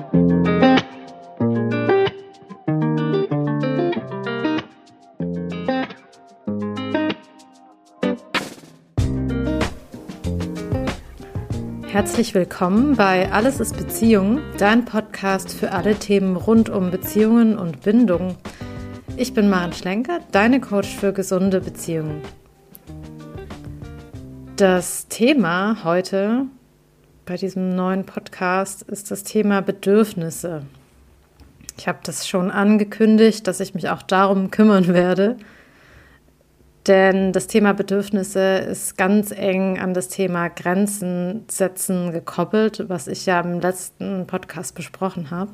Herzlich willkommen bei Alles ist Beziehung, dein Podcast für alle Themen rund um Beziehungen und Bindung. Ich bin Maren Schlenker, deine Coach für gesunde Beziehungen. Das Thema heute bei diesem neuen Podcast ist das Thema Bedürfnisse. Ich habe das schon angekündigt, dass ich mich auch darum kümmern werde. Denn das Thema Bedürfnisse ist ganz eng an das Thema Grenzen setzen gekoppelt, was ich ja im letzten Podcast besprochen habe.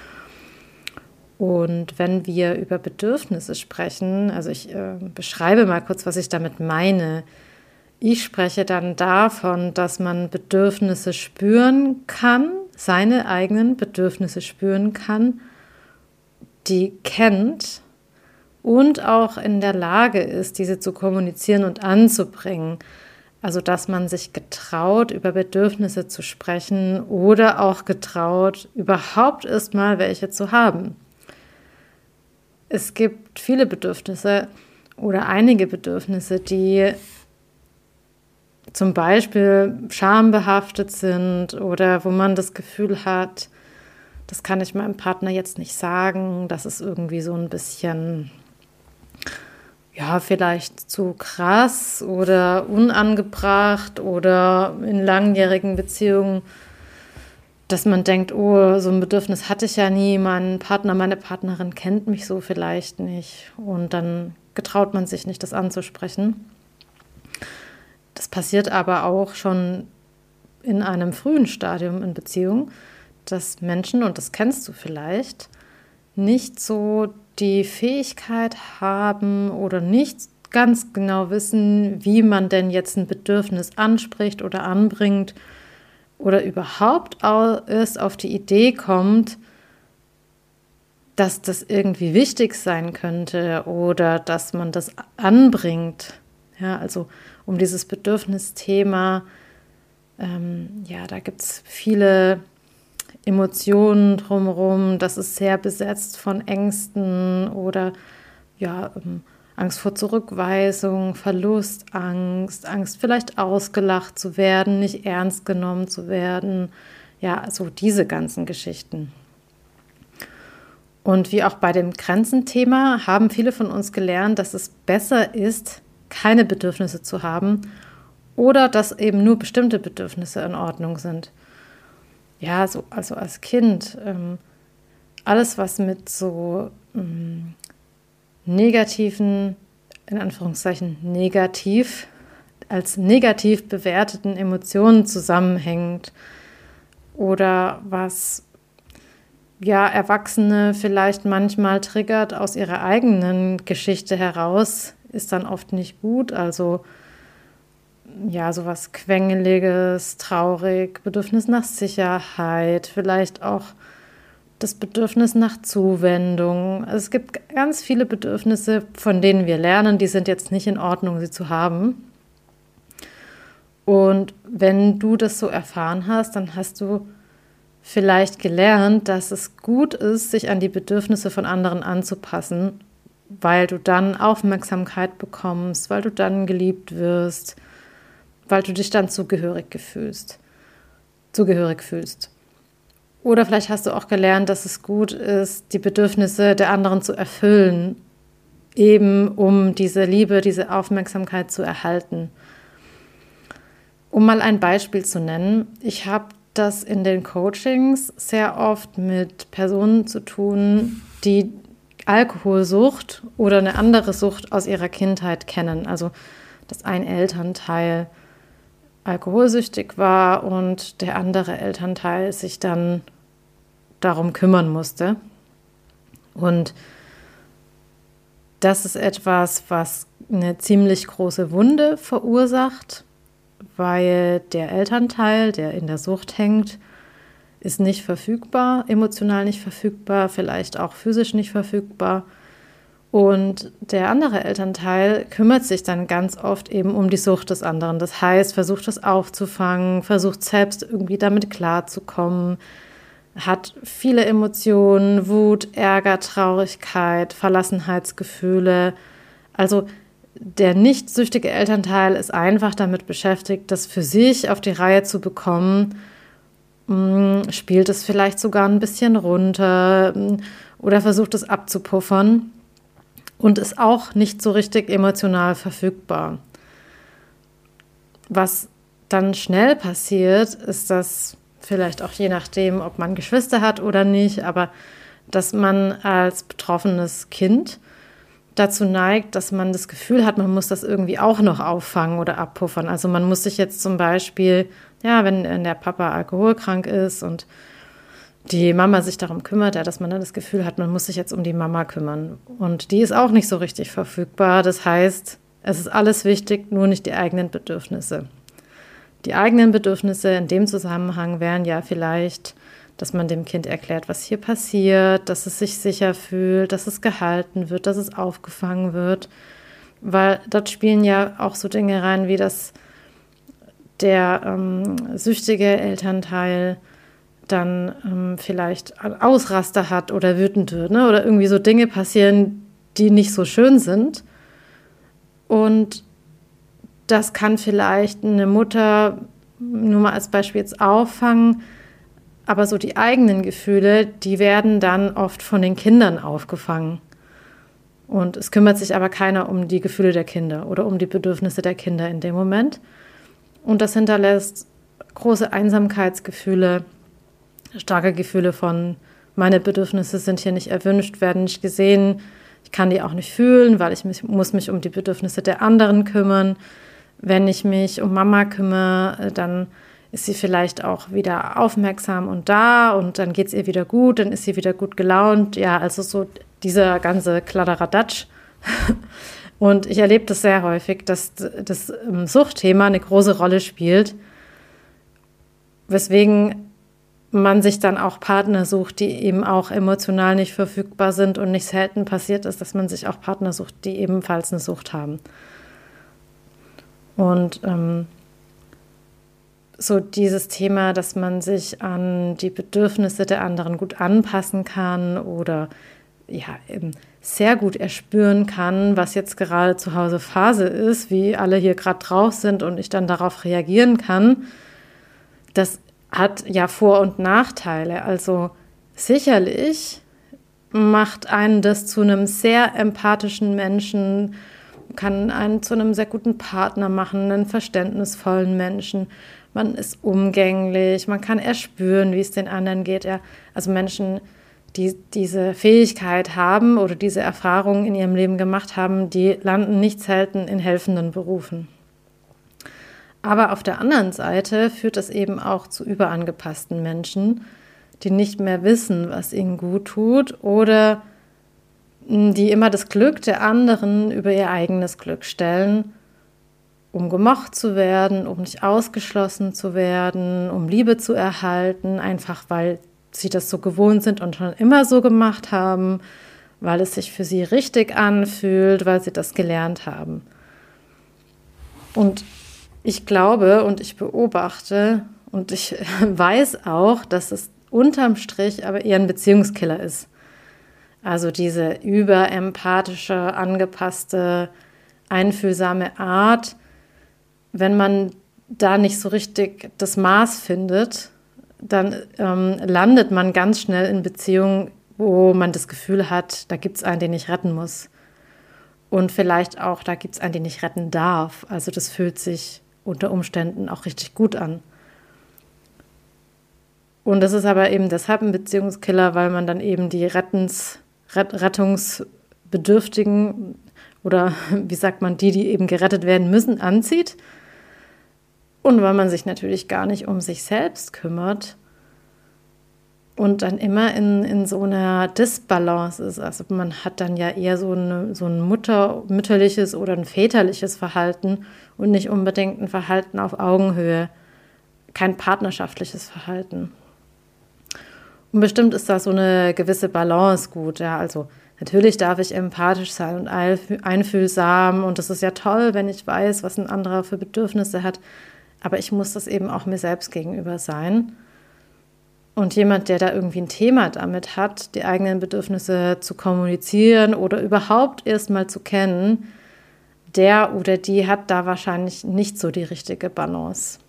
Und wenn wir über Bedürfnisse sprechen, also ich beschreibe mal kurz, was ich damit meine. Ich spreche dann davon, dass man Bedürfnisse spüren kann, seine eigenen Bedürfnisse spüren kann, die kennt, und auch in der Lage ist, diese zu kommunizieren und anzubringen. Also, dass man sich getraut, über Bedürfnisse zu sprechen oder auch getraut, überhaupt erstmal welche zu haben. Es gibt viele Bedürfnisse oder einige Bedürfnisse, die zum Beispiel schambehaftet sind oder wo man das Gefühl hat, das kann ich meinem Partner jetzt nicht sagen, das ist irgendwie so ein bisschen vielleicht zu krass oder unangebracht oder in langjährigen Beziehungen, dass man denkt, oh, so ein Bedürfnis hatte ich ja nie, mein Partner, meine Partnerin kennt mich so vielleicht nicht und dann getraut man sich nicht, das anzusprechen. Das passiert aber auch schon in einem frühen Stadium in Beziehung, dass Menschen, und das kennst du vielleicht, nicht so die Fähigkeit haben oder nicht ganz genau wissen, wie man denn jetzt ein Bedürfnis anspricht oder anbringt oder überhaupt erst auf die Idee kommt, dass das irgendwie wichtig sein könnte oder dass man das anbringt. Ja, also um dieses Bedürfnisthema, da gibt es viele Emotionen drumherum, das ist sehr besetzt von Ängsten oder Angst vor Zurückweisung, Verlustangst, Angst vielleicht ausgelacht zu werden, nicht ernst genommen zu werden, so diese ganzen Geschichten. Und wie auch bei dem Grenzenthema haben viele von uns gelernt, dass es besser ist, keine Bedürfnisse zu haben oder dass eben nur bestimmte Bedürfnisse in Ordnung sind. Ja, also als Kind, alles, was mit so negativen, in Anführungszeichen als negativ bewerteten Emotionen zusammenhängt oder was Erwachsene vielleicht manchmal triggert aus ihrer eigenen Geschichte heraus, ist dann oft nicht gut. Also sowas Quengeliges, traurig, Bedürfnis nach Sicherheit, vielleicht auch das Bedürfnis nach Zuwendung. Also es gibt ganz viele Bedürfnisse, von denen wir lernen, die sind jetzt nicht in Ordnung, sie zu haben. Und wenn du das so erfahren hast, dann hast du vielleicht gelernt, dass es gut ist, sich an die Bedürfnisse von anderen anzupassen, weil du dann Aufmerksamkeit bekommst, weil du dann geliebt wirst, weil du dich dann zugehörig fühlst. Oder vielleicht hast du auch gelernt, dass es gut ist, die Bedürfnisse der anderen zu erfüllen, eben um diese Liebe, diese Aufmerksamkeit zu erhalten. Um mal ein Beispiel zu nennen, ich habe das in den Coachings sehr oft mit Personen zu tun, die Alkoholsucht oder eine andere Sucht aus ihrer Kindheit kennen. Also, dass ein Elternteil alkoholsüchtig war und der andere Elternteil sich dann darum kümmern musste. Und das ist etwas, was eine ziemlich große Wunde verursacht, weil der Elternteil, der in der Sucht hängt, ist nicht verfügbar, emotional nicht verfügbar, vielleicht auch physisch nicht verfügbar. Und der andere Elternteil kümmert sich dann ganz oft eben um die Sucht des anderen. Das heißt, versucht das aufzufangen, versucht selbst irgendwie damit klarzukommen, hat viele Emotionen, Wut, Ärger, Traurigkeit, Verlassenheitsgefühle. Also der nicht süchtige Elternteil ist einfach damit beschäftigt, das für sich auf die Reihe zu bekommen, spielt es vielleicht sogar ein bisschen runter oder versucht es abzupuffern und ist auch nicht so richtig emotional verfügbar. Was dann schnell passiert, ist, dass vielleicht auch je nachdem, ob man Geschwister hat oder nicht, aber dass man als betroffenes Kind dazu neigt, dass man das Gefühl hat, man muss das irgendwie auch noch auffangen oder abpuffern. Also man muss sich jetzt zum Beispiel, ja, wenn der Papa alkoholkrank ist und die Mama sich darum kümmert, ja, dass man dann das Gefühl hat, man muss sich jetzt um die Mama kümmern. Und die ist auch nicht so richtig verfügbar. Das heißt, es ist alles wichtig, nur nicht die eigenen Bedürfnisse. Die eigenen Bedürfnisse in dem Zusammenhang wären ja vielleicht, dass man dem Kind erklärt, was hier passiert, dass es sich sicher fühlt, dass es gehalten wird, dass es aufgefangen wird. Weil dort spielen ja auch so Dinge rein, wie dass der süchtige Elternteil dann vielleicht Ausraster hat oder wütend wird, ne? Oder irgendwie so Dinge passieren, die nicht so schön sind. Und das kann vielleicht eine Mutter, nur mal als Beispiel jetzt auffangen, aber so die eigenen Gefühle, die werden dann oft von den Kindern aufgefangen. Und es kümmert sich aber keiner um die Gefühle der Kinder oder um die Bedürfnisse der Kinder in dem Moment. Und das hinterlässt große Einsamkeitsgefühle, starke Gefühle von, meine Bedürfnisse sind hier nicht erwünscht, werden nicht gesehen, ich kann die auch nicht fühlen, weil muss mich um die Bedürfnisse der anderen kümmern. Wenn ich mich um Mama kümmere, dann ist sie vielleicht auch wieder aufmerksam und da und dann geht es ihr wieder gut, dann ist sie wieder gut gelaunt. Ja, also so dieser ganze Kladderadatsch. Und ich erlebe das sehr häufig, dass das Suchtthema eine große Rolle spielt, weswegen man sich dann auch Partner sucht, die eben auch emotional nicht verfügbar sind und nicht selten passiert ist, dass man sich auch Partner sucht, die ebenfalls eine Sucht haben. Und so dieses Thema, dass man sich an die Bedürfnisse der anderen gut anpassen kann oder ja, sehr gut erspüren kann, was jetzt gerade zu Hause Phase ist, wie alle hier gerade drauf sind und ich dann darauf reagieren kann, das hat ja Vor- und Nachteile. Also sicherlich macht einen das zu einem sehr empathischen Menschen, kann einen zu einem sehr guten Partner machen, einen verständnisvollen Menschen. Man ist umgänglich, man kann erspüren, wie es den anderen geht. Ja, also Menschen, die diese Fähigkeit haben oder diese Erfahrungen in ihrem Leben gemacht haben, die landen nicht selten in helfenden Berufen. Aber auf der anderen Seite führt das eben auch zu überangepassten Menschen, die nicht mehr wissen, was ihnen gut tut oder die immer das Glück der anderen über ihr eigenes Glück stellen, um gemocht zu werden, um nicht ausgeschlossen zu werden, um Liebe zu erhalten, einfach weil sie das so gewohnt sind und schon immer so gemacht haben, weil es sich für sie richtig anfühlt, weil sie das gelernt haben. Und ich glaube und ich beobachte und ich weiß auch, dass es unterm Strich aber eher ein Beziehungskiller ist. Also diese überempathische, angepasste, einfühlsame Art, wenn man da nicht so richtig das Maß findet, dann landet man ganz schnell in Beziehungen, wo man das Gefühl hat, da gibt es einen, den ich retten muss. Und vielleicht auch, da gibt es einen, den ich retten darf. Also das fühlt sich unter Umständen auch richtig gut an. Und das ist aber eben deshalb ein Beziehungskiller, weil man dann eben die Rettungsbedürftigen oder wie sagt man, die eben gerettet werden müssen, anzieht. Und weil man sich natürlich gar nicht um sich selbst kümmert und dann immer in so einer Disbalance ist. Also man hat dann ja eher so ein mütterliches oder ein väterliches Verhalten und nicht unbedingt ein Verhalten auf Augenhöhe, kein partnerschaftliches Verhalten. Und bestimmt ist da so eine gewisse Balance gut. Ja, also natürlich darf ich empathisch sein und einfühlsam und das ist ja toll, wenn ich weiß, was ein anderer für Bedürfnisse hat. Aber ich muss das eben auch mir selbst gegenüber sein. Und jemand, der da irgendwie ein Thema damit hat, die eigenen Bedürfnisse zu kommunizieren oder überhaupt erstmal zu kennen, der oder die hat da wahrscheinlich nicht so die richtige Balance.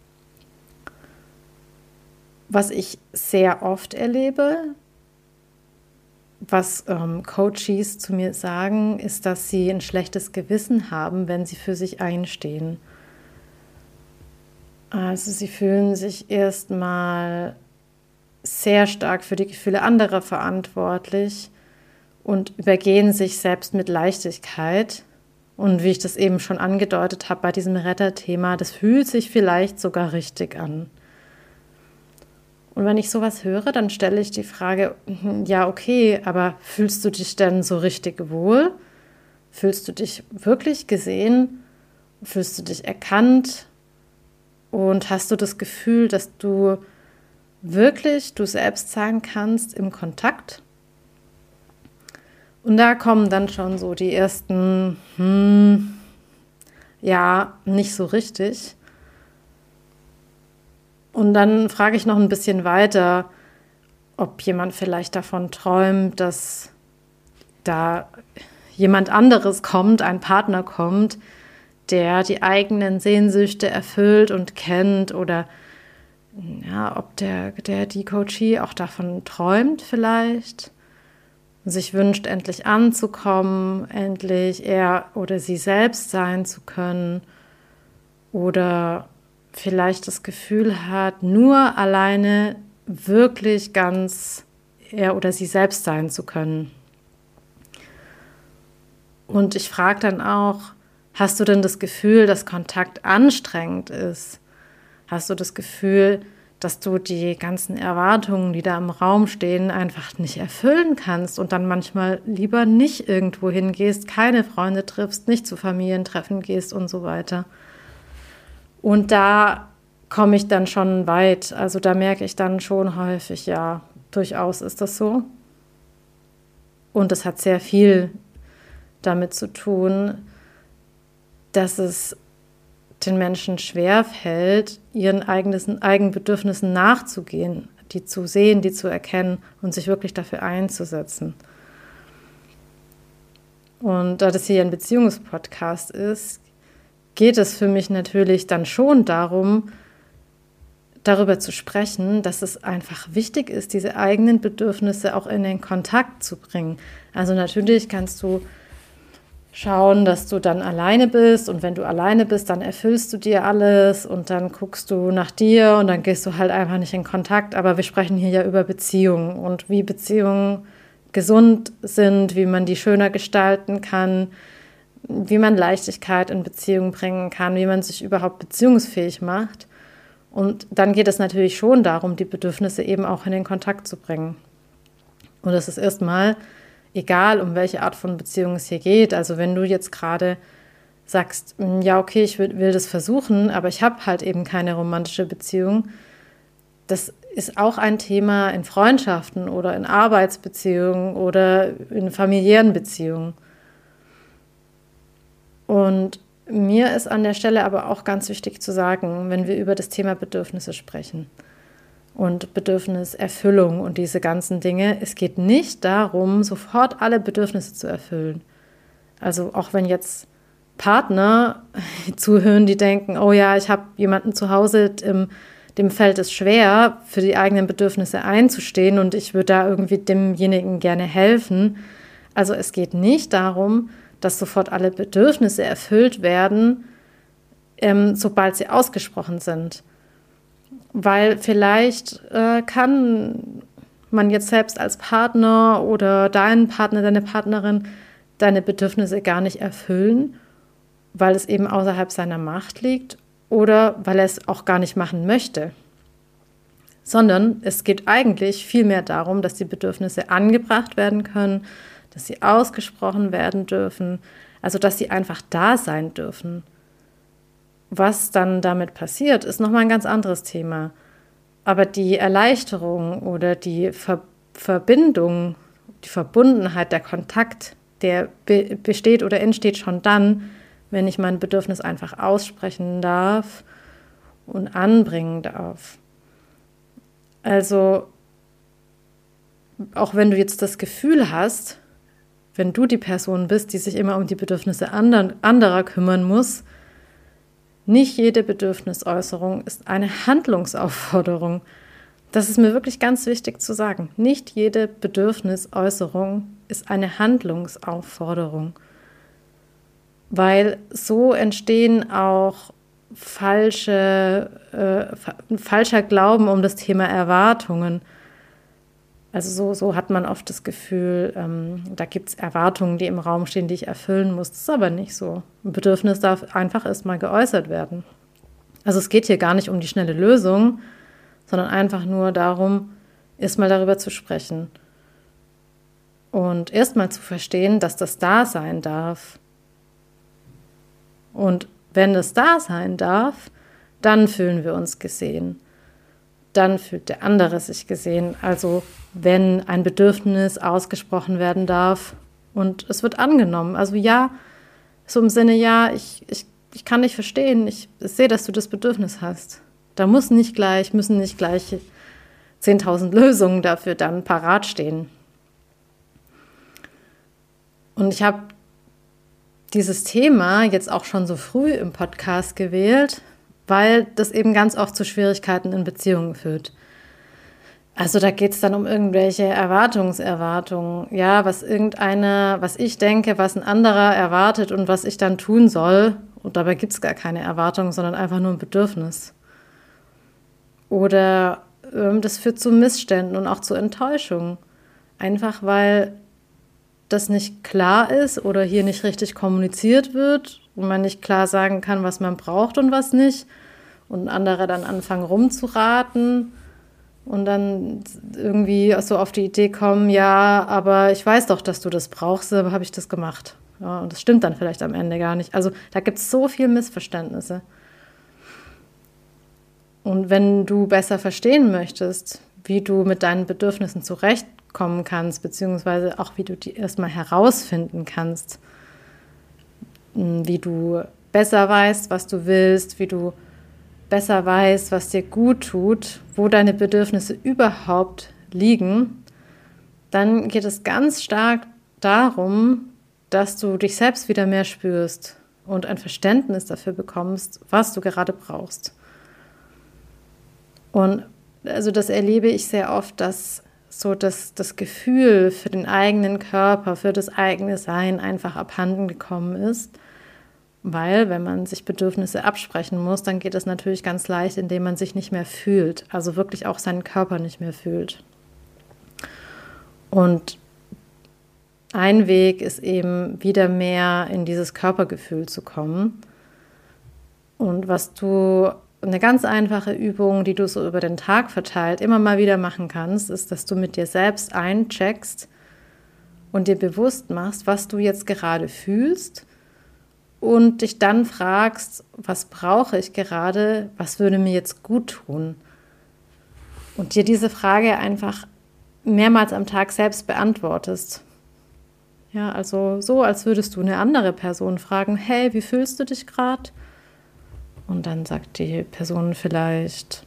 Was ich sehr oft erlebe, was Coaches zu mir sagen, ist, dass sie ein schlechtes Gewissen haben, wenn sie für sich einstehen. Also sie fühlen sich erstmal sehr stark für die Gefühle anderer verantwortlich und übergehen sich selbst mit Leichtigkeit. Und wie ich das eben schon angedeutet habe bei diesem Retterthema, das fühlt sich vielleicht sogar richtig an. Und wenn ich sowas höre, dann stelle ich die Frage, ja okay, aber fühlst du dich denn so richtig wohl? Fühlst du dich wirklich gesehen? Fühlst du dich erkannt? Und hast du das Gefühl, dass du wirklich du selbst sein kannst im Kontakt? Und da kommen dann schon so die ersten, ja, nicht so richtig. Und dann frage ich noch ein bisschen weiter, ob jemand vielleicht davon träumt, dass da jemand anderes kommt, ein Partner kommt, der die eigenen Sehnsüchte erfüllt und kennt, oder ja, ob die Coachie auch davon träumt vielleicht, sich wünscht, endlich anzukommen, endlich er oder sie selbst sein zu können, oder vielleicht das Gefühl hat, nur alleine wirklich ganz er oder sie selbst sein zu können. Und ich frage dann auch, hast du denn das Gefühl, dass Kontakt anstrengend ist? Hast du das Gefühl, dass du die ganzen Erwartungen, die da im Raum stehen, einfach nicht erfüllen kannst und dann manchmal lieber nicht irgendwo hingehst, keine Freunde triffst, nicht zu Familientreffen gehst und so weiter? Und da komme ich dann schon weit. Also da merke ich dann schon häufig, ja, durchaus ist das so. Und es hat sehr viel damit zu tun, dass es den Menschen schwerfällt, ihren eigenen Bedürfnissen nachzugehen, die zu sehen, die zu erkennen und sich wirklich dafür einzusetzen. Und da das hier ein Beziehungspodcast ist, geht es für mich natürlich dann schon darum, darüber zu sprechen, dass es einfach wichtig ist, diese eigenen Bedürfnisse auch in den Kontakt zu bringen. Also natürlich kannst du schauen, dass du dann alleine bist, und wenn du alleine bist, dann erfüllst du dir alles und dann guckst du nach dir und dann gehst du halt einfach nicht in Kontakt. Aber wir sprechen hier ja über Beziehungen und wie Beziehungen gesund sind, wie man die schöner gestalten kann, wie man Leichtigkeit in Beziehungen bringen kann, wie man sich überhaupt beziehungsfähig macht. Und dann geht es natürlich schon darum, die Bedürfnisse eben auch in den Kontakt zu bringen. Und das ist erstmal egal, um welche Art von Beziehung es hier geht. Also wenn du jetzt gerade sagst, ja okay, ich will das versuchen, aber ich habe halt eben keine romantische Beziehung, das ist auch ein Thema in Freundschaften oder in Arbeitsbeziehungen oder in familiären Beziehungen. Und mir ist an der Stelle aber auch ganz wichtig zu sagen, wenn wir über das Thema Bedürfnisse sprechen und Bedürfniserfüllung und diese ganzen Dinge, es geht nicht darum, sofort alle Bedürfnisse zu erfüllen. Also auch wenn jetzt Partner zuhören, die denken, oh ja, ich habe jemanden zu Hause, dem fällt es schwer, für die eigenen Bedürfnisse einzustehen und ich würde da irgendwie demjenigen gerne helfen. Also es geht nicht darum, dass sofort alle Bedürfnisse erfüllt werden, sobald sie ausgesprochen sind. Weil vielleicht kann man jetzt selbst als Partner oder dein Partner, deine Partnerin deine Bedürfnisse gar nicht erfüllen, weil es eben außerhalb seiner Macht liegt oder weil er es auch gar nicht machen möchte. Sondern es geht eigentlich vielmehr darum, dass die Bedürfnisse angebracht werden können, dass sie ausgesprochen werden dürfen, also dass sie einfach da sein dürfen. Was dann damit passiert, ist nochmal ein ganz anderes Thema. Aber die Erleichterung oder die Verbindung, die Verbundenheit, der Kontakt, der besteht oder entsteht schon dann, wenn ich mein Bedürfnis einfach aussprechen darf und anbringen darf. Also auch wenn du jetzt das Gefühl hast, wenn du die Person bist, die sich immer um die Bedürfnisse anderer kümmern muss, nicht jede Bedürfnisäußerung ist eine Handlungsaufforderung. Das ist mir wirklich ganz wichtig zu sagen. Nicht jede Bedürfnisäußerung ist eine Handlungsaufforderung, weil so entstehen auch falscher Glauben um das Thema Erwartungen. Also so hat man oft das Gefühl, da gibt es Erwartungen, die im Raum stehen, die ich erfüllen muss. Das ist aber nicht so. Ein Bedürfnis darf einfach erstmal geäußert werden. Also es geht hier gar nicht um die schnelle Lösung, sondern einfach nur darum, erstmal darüber zu sprechen. Und erstmal zu verstehen, dass das da sein darf. Und wenn es da sein darf, dann fühlen wir uns gesehen. Dann fühlt der andere sich gesehen. Also wenn ein Bedürfnis ausgesprochen werden darf und es wird angenommen. Also ja, so im Sinne, ja, ich kann dich verstehen. Ich sehe, dass du das Bedürfnis hast. Da müssen nicht gleich 10.000 Lösungen dafür dann parat stehen. Und ich habe dieses Thema jetzt auch schon so früh im Podcast gewählt, weil das eben ganz oft zu Schwierigkeiten in Beziehungen führt. Also da geht es dann um irgendwelche Erwartungen, ja, was ich denke, was ein anderer erwartet und was ich dann tun soll. Und dabei gibt es gar keine Erwartung, sondern einfach nur ein Bedürfnis. Oder das führt zu Missständen und auch zu Enttäuschungen. Einfach weil das nicht klar ist oder hier nicht richtig kommuniziert wird und man nicht klar sagen kann, was man braucht und was nicht. Und andere dann anfangen rumzuraten und dann irgendwie so auf die Idee kommen, ja, aber ich weiß doch, dass du das brauchst, aber habe ich das gemacht. Ja, und das stimmt dann vielleicht am Ende gar nicht. Also da gibt es so viele Missverständnisse. Und wenn du besser verstehen möchtest, wie du mit deinen Bedürfnissen zurechtkommen kannst, beziehungsweise auch wie du die erstmal herausfinden kannst, wie du besser weißt, was du willst, wie du besser weißt, was dir gut tut, wo deine Bedürfnisse überhaupt liegen, dann geht es ganz stark darum, dass du dich selbst wieder mehr spürst und ein Verständnis dafür bekommst, was du gerade brauchst. Und also das erlebe ich sehr oft, dass so das Gefühl für den eigenen Körper, für das eigene Sein einfach abhanden gekommen ist. Weil, wenn man sich Bedürfnisse absprechen muss, dann geht es natürlich ganz leicht, indem man sich nicht mehr fühlt, also wirklich auch seinen Körper nicht mehr fühlt. Und ein Weg ist eben, wieder mehr in dieses Körpergefühl zu kommen. Und eine ganz einfache Übung, die du so über den Tag verteilt immer mal wieder machen kannst, ist, dass du mit dir selbst eincheckst und dir bewusst machst, was du jetzt gerade fühlst und dich dann fragst, was brauche ich gerade, was würde mir jetzt gut tun? Und dir diese Frage einfach mehrmals am Tag selbst beantwortest. Ja, also so, als würdest du eine andere Person fragen, hey, wie fühlst du dich gerade? Und dann sagt die Person vielleicht,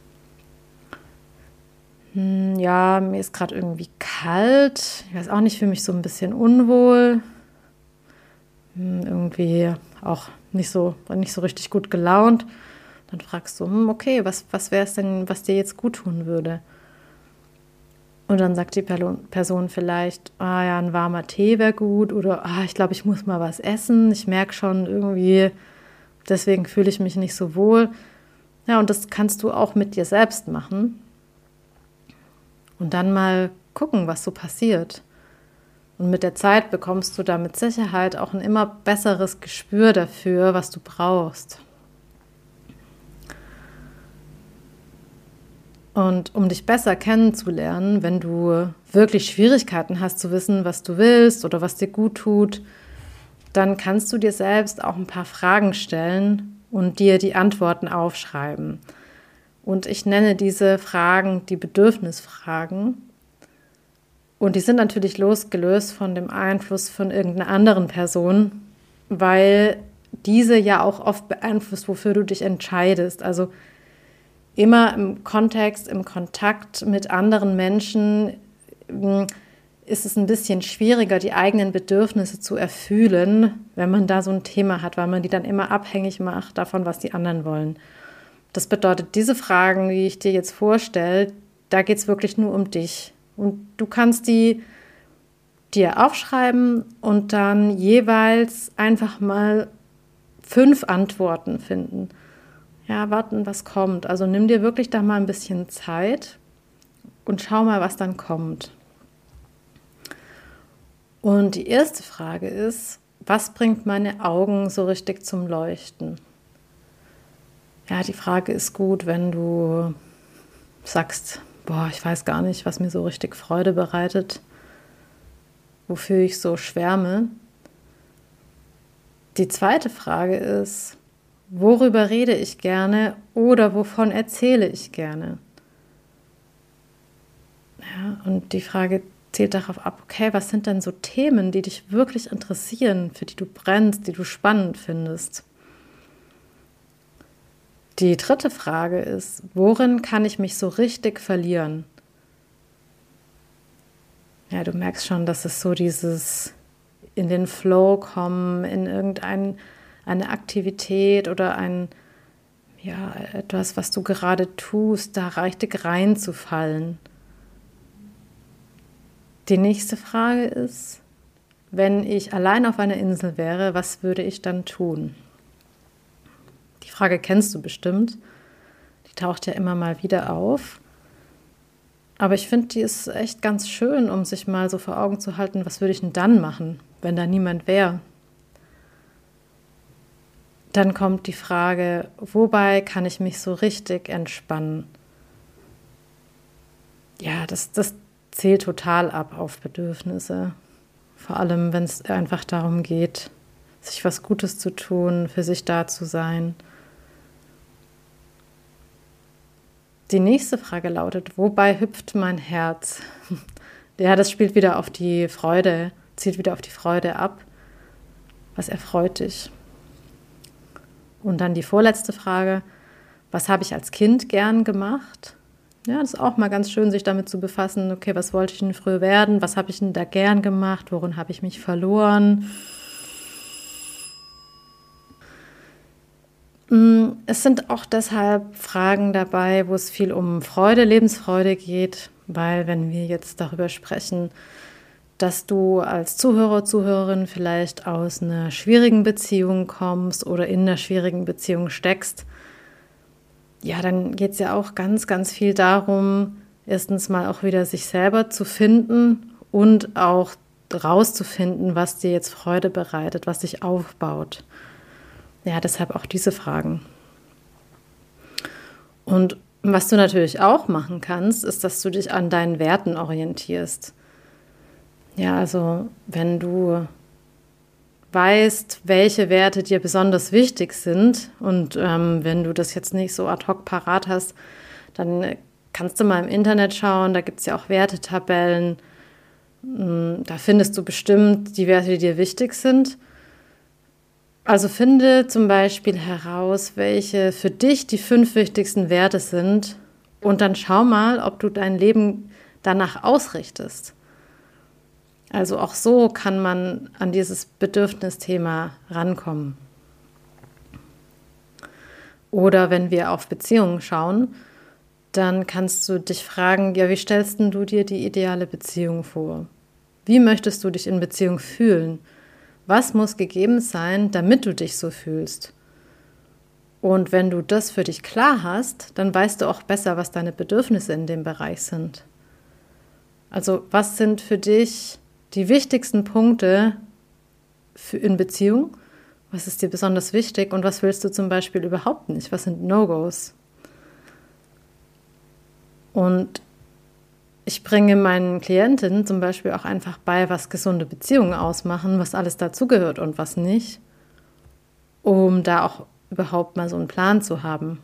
ja, mir ist gerade irgendwie kalt, ich weiß auch nicht, fühle mich so ein bisschen unwohl, irgendwie auch nicht so richtig gut gelaunt. Dann fragst du, okay, was wäre es denn, was dir jetzt gut tun würde? Und dann sagt die Person vielleicht, ja, ein warmer Tee wäre gut oder ich glaube, ich muss mal was essen. Ich merke schon irgendwie, deswegen fühle ich mich nicht so wohl. Ja, und das kannst du auch mit dir selbst machen. Und dann mal gucken, was so passiert. Und mit der Zeit bekommst du da mit Sicherheit auch ein immer besseres Gespür dafür, was du brauchst. Und um dich besser kennenzulernen, wenn du wirklich Schwierigkeiten hast zu wissen, was du willst oder was dir gut tut, dann kannst du dir selbst auch ein paar Fragen stellen und dir die Antworten aufschreiben. Und ich nenne diese Fragen die Bedürfnisfragen. Und die sind natürlich losgelöst von dem Einfluss von irgendeiner anderen Person, weil diese ja auch oft beeinflusst, wofür du dich entscheidest. Also immer im Kontext, im Kontakt mit anderen Menschen ist es ein bisschen schwieriger, die eigenen Bedürfnisse zu erfüllen, wenn man da so ein Thema hat, weil man die dann immer abhängig macht davon, was die anderen wollen. Das bedeutet, diese Fragen, die ich dir jetzt vorstelle, da geht es wirklich nur um dich. Und du kannst die dir aufschreiben und dann jeweils einfach mal 5 Antworten finden. Ja, warten, was kommt. Also nimm dir wirklich da mal ein bisschen Zeit und schau mal, was dann kommt. Und die erste Frage ist, was bringt meine Augen so richtig zum Leuchten? Ja, die Frage ist gut, wenn du sagst, boah, ich weiß gar nicht, was mir so richtig Freude bereitet, wofür ich so schwärme. Die zweite Frage ist, worüber rede ich gerne oder wovon erzähle ich gerne? Ja, und die Frage zielt darauf ab, okay, was sind denn so Themen, die dich wirklich interessieren, für die du brennst, die du spannend findest? Die dritte Frage ist, worin kann ich mich so richtig verlieren? Ja, du merkst schon, dass es so dieses in den Flow kommen, in irgendeine Aktivität oder etwas, was du gerade tust, da richtig reinzufallen. Die nächste Frage ist, wenn ich allein auf einer Insel wäre, was würde ich dann tun? Die Frage kennst du bestimmt. Die taucht ja immer mal wieder auf. Aber ich finde, die ist echt ganz schön, um sich mal so vor Augen zu halten, was würde ich denn dann machen, wenn da niemand wäre? Dann kommt die Frage, wobei kann ich mich so richtig entspannen? Ja, das zählt total ab auf Bedürfnisse. Vor allem, wenn es einfach darum geht, sich was Gutes zu tun, für sich da zu sein. Die nächste Frage lautet, wobei hüpft mein Herz? Ja, das spielt wieder auf die Freude, zielt wieder auf die Freude ab. Was erfreut dich? Und dann die vorletzte Frage, was habe ich als Kind gern gemacht? Ja, das ist auch mal ganz schön, sich damit zu befassen. Okay, was wollte ich denn früher werden? Was habe ich denn da gern gemacht? Worin habe ich mich verloren? Es sind auch deshalb Fragen dabei, wo es viel um Freude, Lebensfreude geht, weil wenn wir jetzt darüber sprechen, dass du als Zuhörer, Zuhörerin vielleicht aus einer schwierigen Beziehung kommst oder in einer schwierigen Beziehung steckst, ja, dann geht es ja auch ganz, ganz viel darum, erstens mal auch wieder sich selber zu finden und auch rauszufinden, was dir jetzt Freude bereitet, was dich aufbaut. Ja, deshalb auch diese Fragen. Und was du natürlich auch machen kannst, ist, dass du dich an deinen Werten orientierst. Ja, also wenn du weißt, welche Werte dir besonders wichtig sind und wenn du das jetzt nicht so ad hoc parat hast, dann kannst du mal im Internet schauen, da gibt es ja auch Wertetabellen, da findest du bestimmt die Werte, die dir wichtig sind. Also finde zum Beispiel heraus, welche für dich die 5 wichtigsten Werte sind und dann schau mal, ob du dein Leben danach ausrichtest. Also auch so kann man an dieses Bedürfnisthema rankommen. Oder wenn wir auf Beziehungen schauen, dann kannst du dich fragen, ja, wie stellst denn du dir die ideale Beziehung vor? Wie möchtest du dich in Beziehung fühlen? Was muss gegeben sein, damit du dich so fühlst? Und wenn du das für dich klar hast, dann weißt du auch besser, was deine Bedürfnisse in dem Bereich sind. Also was sind für dich die wichtigsten Punkte in Beziehung? Was ist dir besonders wichtig und was willst du zum Beispiel überhaupt nicht? Was sind No-Gos? Und ich bringe meinen Klientinnen zum Beispiel auch einfach bei, was gesunde Beziehungen ausmachen, was alles dazugehört und was nicht, um da auch überhaupt mal so einen Plan zu haben.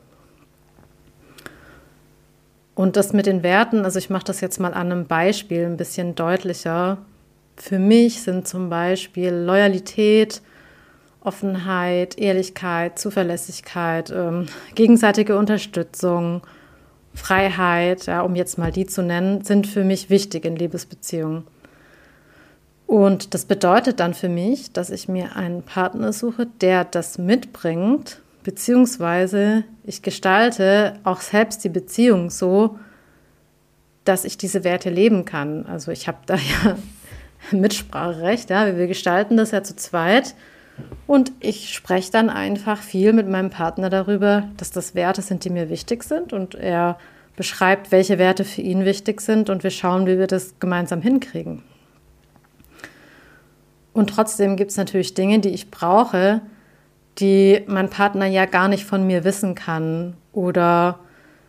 Und das mit den Werten, also ich mache das jetzt mal an einem Beispiel ein bisschen deutlicher. Für mich sind zum Beispiel Loyalität, Offenheit, Ehrlichkeit, Zuverlässigkeit, gegenseitige Unterstützung, Freiheit, ja, um jetzt mal die zu nennen, sind für mich wichtig in Liebesbeziehungen. Und das bedeutet dann für mich, dass ich mir einen Partner suche, der das mitbringt, beziehungsweise ich gestalte auch selbst die Beziehung so, dass ich diese Werte leben kann. Also ich habe da ja Mitspracherecht, ja, wir gestalten das ja zu zweit und ich spreche dann einfach viel mit meinem Partner darüber, dass das Werte sind, die mir wichtig sind und er beschreibt, welche Werte für ihn wichtig sind und wir schauen, wie wir das gemeinsam hinkriegen. Und trotzdem gibt es natürlich Dinge, die ich brauche, die mein Partner ja gar nicht von mir wissen kann oder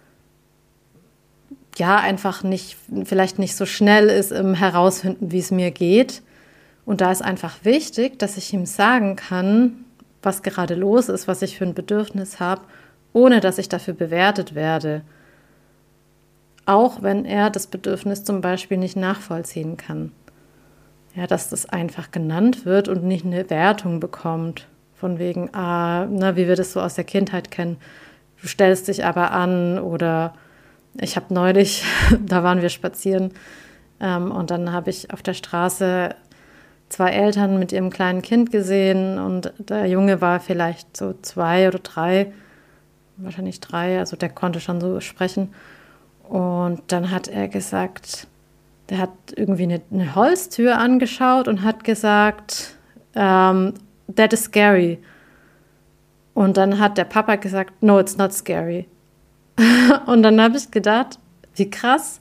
ja einfach nicht, vielleicht nicht so schnell ist im Herausfinden, wie es mir geht. Und da ist einfach wichtig, dass ich ihm sagen kann, was gerade los ist, was ich für ein Bedürfnis habe, ohne dass ich dafür bewertet werde. Auch wenn er das Bedürfnis zum Beispiel nicht nachvollziehen kann. Ja, dass das einfach genannt wird und nicht eine Wertung bekommt. Von wegen, wie wir das so aus der Kindheit kennen. Du stellst dich aber an oder ich habe neulich, da waren wir spazieren und dann habe ich auf der Straße 2 Eltern mit ihrem kleinen Kind gesehen und der Junge war vielleicht so 2 oder 3, wahrscheinlich 3, also der konnte schon so sprechen. Und dann hat er gesagt, der hat irgendwie eine Holztür angeschaut und hat gesagt, that is scary. Und dann hat der Papa gesagt, no, it's not scary. Und dann habe ich gedacht, wie krass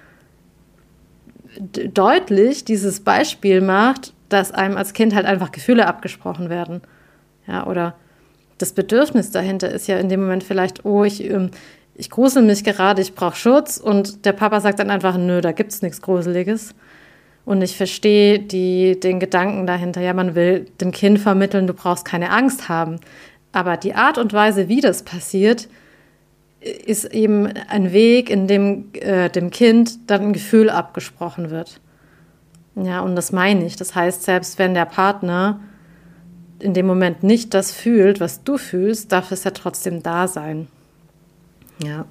deutlich dieses Beispiel macht, dass einem als Kind halt einfach Gefühle abgesprochen werden. Ja, oder das Bedürfnis dahinter ist ja in dem Moment vielleicht, ich grusel mich gerade, ich brauche Schutz und der Papa sagt dann einfach, nö, da gibt es nichts Gruseliges. Und ich verstehe den Gedanken dahinter, ja, man will dem Kind vermitteln, du brauchst keine Angst haben. Aber die Art und Weise, wie das passiert, ist eben ein Weg, in dem dem Kind dann ein Gefühl abgesprochen wird. Ja, und das meine ich. Das heißt, selbst wenn der Partner in dem Moment nicht das fühlt, was du fühlst, darf es ja trotzdem da sein. Ja.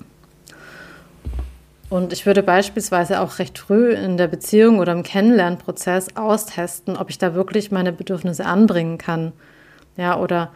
Und ich würde beispielsweise auch recht früh in der Beziehung oder im Kennenlernprozess austesten, ob ich da wirklich meine Bedürfnisse anbringen kann. Ja, oder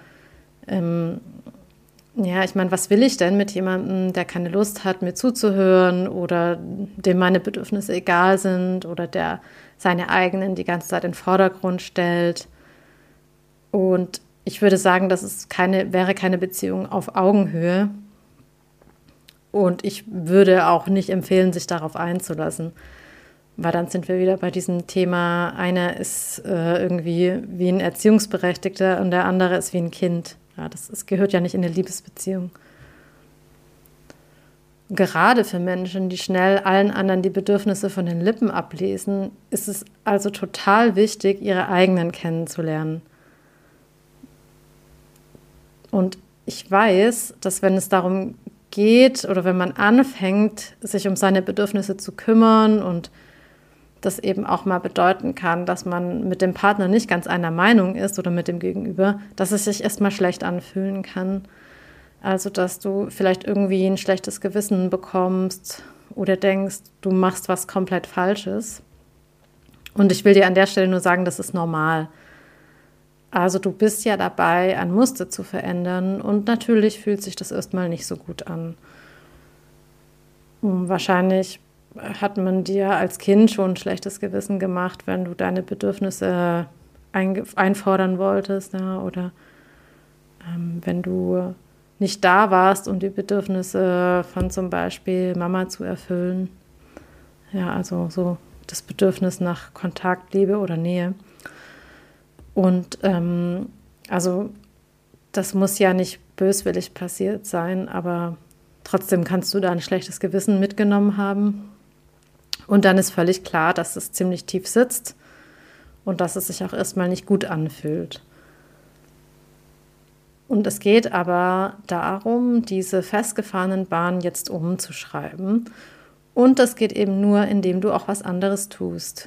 ich meine, was will ich denn mit jemandem, der keine Lust hat, mir zuzuhören oder dem meine Bedürfnisse egal sind oder der seine eigenen die ganze Zeit in den Vordergrund stellt. Und ich würde sagen, das wäre keine Beziehung auf Augenhöhe. Und ich würde auch nicht empfehlen, sich darauf einzulassen. Weil dann sind wir wieder bei diesem Thema, einer ist irgendwie wie ein Erziehungsberechtigter und der andere ist wie ein Kind. Ja, das gehört ja nicht in eine Liebesbeziehung. Gerade für Menschen, die schnell allen anderen die Bedürfnisse von den Lippen ablesen, ist es also total wichtig, ihre eigenen kennenzulernen. Und ich weiß, dass wenn es darum geht oder wenn man anfängt, sich um seine Bedürfnisse zu kümmern und das eben auch mal bedeuten kann, dass man mit dem Partner nicht ganz einer Meinung ist oder mit dem Gegenüber, dass es sich erstmal schlecht anfühlen kann. Also, dass du vielleicht irgendwie ein schlechtes Gewissen bekommst oder denkst, du machst was komplett Falsches. Und ich will dir an der Stelle nur sagen, das ist normal. Also du bist ja dabei, ein Muster zu verändern und natürlich fühlt sich das erstmal nicht so gut an. Wahrscheinlich hat man dir als Kind schon ein schlechtes Gewissen gemacht, wenn du deine Bedürfnisse einfordern wolltest, ja, oder wenn du nicht da warst, um die Bedürfnisse von zum Beispiel Mama zu erfüllen. Ja, also so das Bedürfnis nach Kontakt, Liebe oder Nähe. Und also das muss ja nicht böswillig passiert sein, aber trotzdem kannst du da ein schlechtes Gewissen mitgenommen haben. Und dann ist völlig klar, dass es ziemlich tief sitzt und dass es sich auch erstmal nicht gut anfühlt. Und es geht aber darum, diese festgefahrenen Bahnen jetzt umzuschreiben. Und das geht eben nur, indem du auch was anderes tust.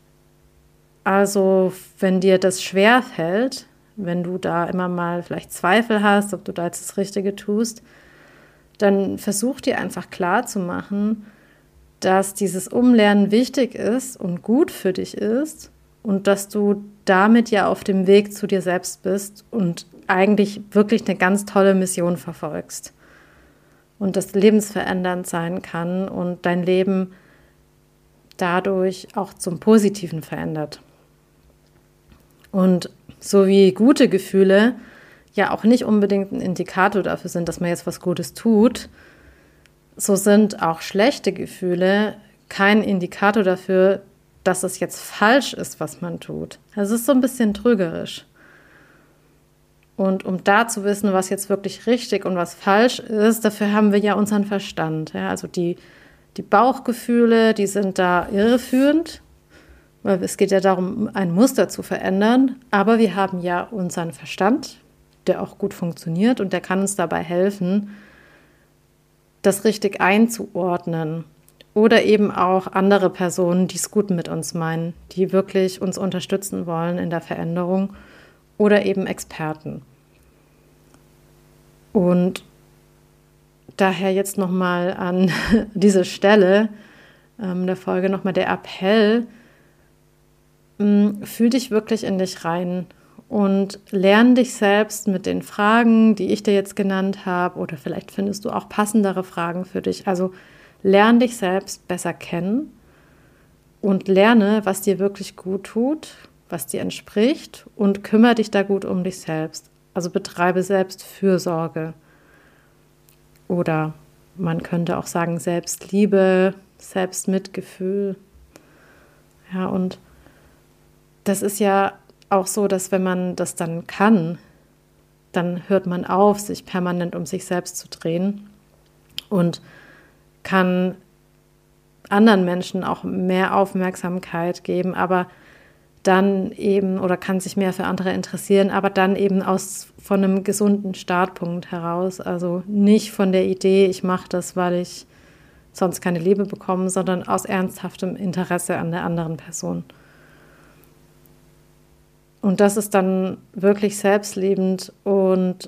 Also, wenn dir das schwerfällt, wenn du da immer mal vielleicht Zweifel hast, ob du da jetzt das Richtige tust, dann versuch dir einfach klarzumachen, dass dieses Umlernen wichtig ist und gut für dich ist und dass du damit ja auf dem Weg zu dir selbst bist und eigentlich wirklich eine ganz tolle Mission verfolgst und das lebensverändernd sein kann und dein Leben dadurch auch zum Positiven verändert. Und so wie gute Gefühle ja auch nicht unbedingt ein Indikator dafür sind, dass man jetzt was Gutes tut, so sind auch schlechte Gefühle kein Indikator dafür, dass es jetzt falsch ist, was man tut. Also es ist so ein bisschen trügerisch. Und um da zu wissen, was jetzt wirklich richtig und was falsch ist, dafür haben wir ja unseren Verstand. Ja, also die Bauchgefühle, die sind da irreführend, weil es geht ja darum, ein Muster zu verändern. Aber wir haben ja unseren Verstand, der auch gut funktioniert und der kann uns dabei helfen, das richtig einzuordnen. Oder eben auch andere Personen, die es gut mit uns meinen, die wirklich uns unterstützen wollen in der Veränderung. Oder eben Experten. Und daher jetzt nochmal an diese Stelle der Folge nochmal der Appell, fühl dich wirklich in dich rein und lern dich selbst mit den Fragen, die ich dir jetzt genannt habe, oder vielleicht findest du auch passendere Fragen für dich. Also lern dich selbst besser kennen und lerne, was dir wirklich gut tut, was dir entspricht und kümmere dich da gut um dich selbst. Also betreibe Selbstfürsorge. Oder man könnte auch sagen Selbstliebe, Selbstmitgefühl. Ja, und das ist ja auch so, dass wenn man das dann kann, dann hört man auf, sich permanent um sich selbst zu drehen und kann anderen Menschen auch mehr Aufmerksamkeit geben, aber dann eben, oder kann sich mehr für andere interessieren, aber dann eben von einem gesunden Startpunkt heraus, also nicht von der Idee, ich mache das, weil ich sonst keine Liebe bekomme, sondern aus ernsthaftem Interesse an der anderen Person. Und das ist dann wirklich selbstliebend und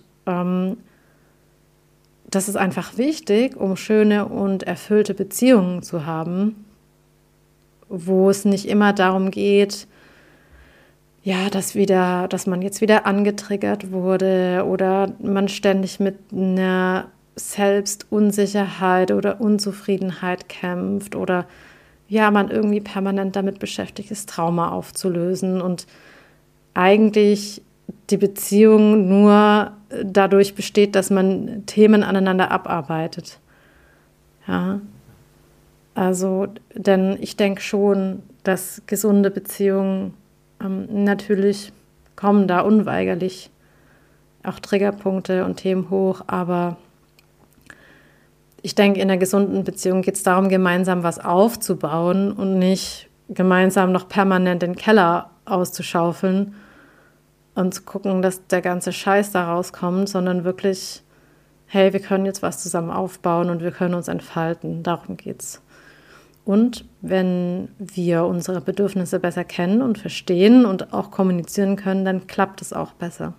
das ist einfach wichtig, um schöne und erfüllte Beziehungen zu haben, wo es nicht immer darum geht, ja, dass man jetzt wieder angetriggert wurde oder man ständig mit einer Selbstunsicherheit oder Unzufriedenheit kämpft oder ja, man irgendwie permanent damit beschäftigt ist, Trauma aufzulösen und eigentlich die Beziehung nur dadurch besteht, dass man Themen aneinander abarbeitet. Ja, also, denn ich denke schon, dass gesunde Beziehungen natürlich kommen da unweigerlich auch Triggerpunkte und Themen hoch, aber ich denke, in einer gesunden Beziehung geht es darum, gemeinsam was aufzubauen und nicht gemeinsam noch permanent den Keller auszuschaufeln und zu gucken, dass der ganze Scheiß da rauskommt, sondern wirklich, hey, wir können jetzt was zusammen aufbauen und wir können uns entfalten. Darum geht's. Und wenn wir unsere Bedürfnisse besser kennen und verstehen und auch kommunizieren können, dann klappt es auch besser.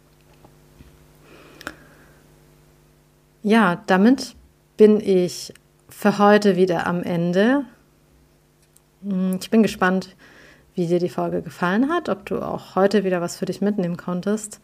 Ja, damit bin ich für heute wieder am Ende. Ich bin gespannt, wie dir die Folge gefallen hat, ob du auch heute wieder was für dich mitnehmen konntest.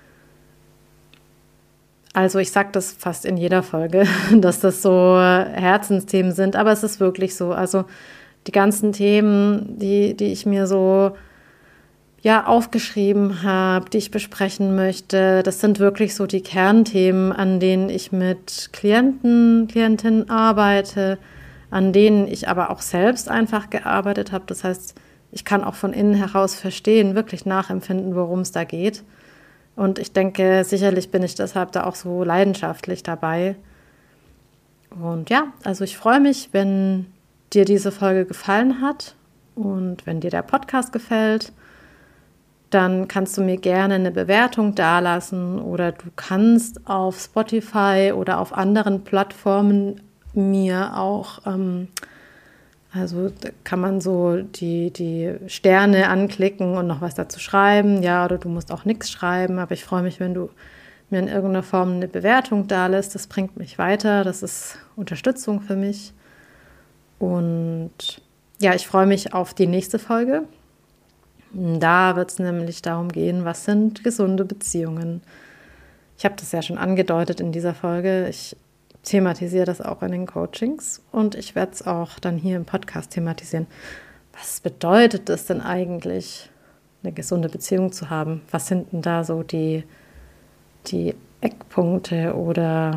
Also ich sage das fast in jeder Folge, dass das so Herzensthemen sind, aber es ist wirklich so. Also die ganzen Themen, die ich mir so aufgeschrieben habe, die ich besprechen möchte, das sind wirklich so die Kernthemen, an denen ich mit Klientinnen arbeite, an denen ich aber auch selbst einfach gearbeitet habe. Das heißt, ich kann auch von innen heraus verstehen, wirklich nachempfinden, worum es da geht. Und ich denke, sicherlich bin ich deshalb da auch so leidenschaftlich dabei. Und ja, also ich freue mich, wenn dir diese Folge gefallen hat und wenn dir der Podcast gefällt, dann kannst du mir gerne eine Bewertung dalassen oder du kannst auf Spotify oder auf anderen Plattformen mir auch, also da kann man so die Sterne anklicken und noch was dazu schreiben, ja, oder du musst auch nichts schreiben, aber ich freue mich, wenn du mir in irgendeiner Form eine Bewertung dalässt, das bringt mich weiter, das ist Unterstützung für mich und ja, ich freue mich auf die nächste Folge. Da wird es nämlich darum gehen, was sind gesunde Beziehungen. Ich habe das ja schon angedeutet in dieser Folge. Ich thematisiere das auch in den Coachings und ich werde es auch dann hier im Podcast thematisieren. Was bedeutet es denn eigentlich, eine gesunde Beziehung zu haben? Was sind denn da so die Eckpunkte oder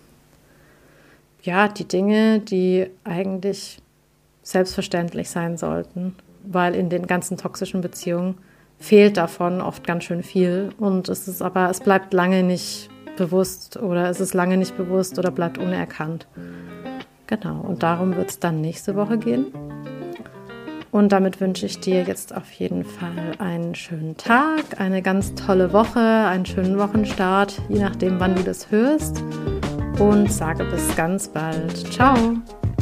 ja, die Dinge, die eigentlich selbstverständlich sein sollten? Weil in den ganzen toxischen Beziehungen fehlt davon oft ganz schön viel und es bleibt lange nicht bewusst oder es ist lange nicht bewusst oder bleibt unerkannt. Genau, und darum wird es dann nächste Woche gehen. Und damit wünsche ich dir jetzt auf jeden Fall einen schönen Tag, eine ganz tolle Woche, einen schönen Wochenstart, je nachdem, wann du das hörst. Und sage bis ganz bald. Ciao!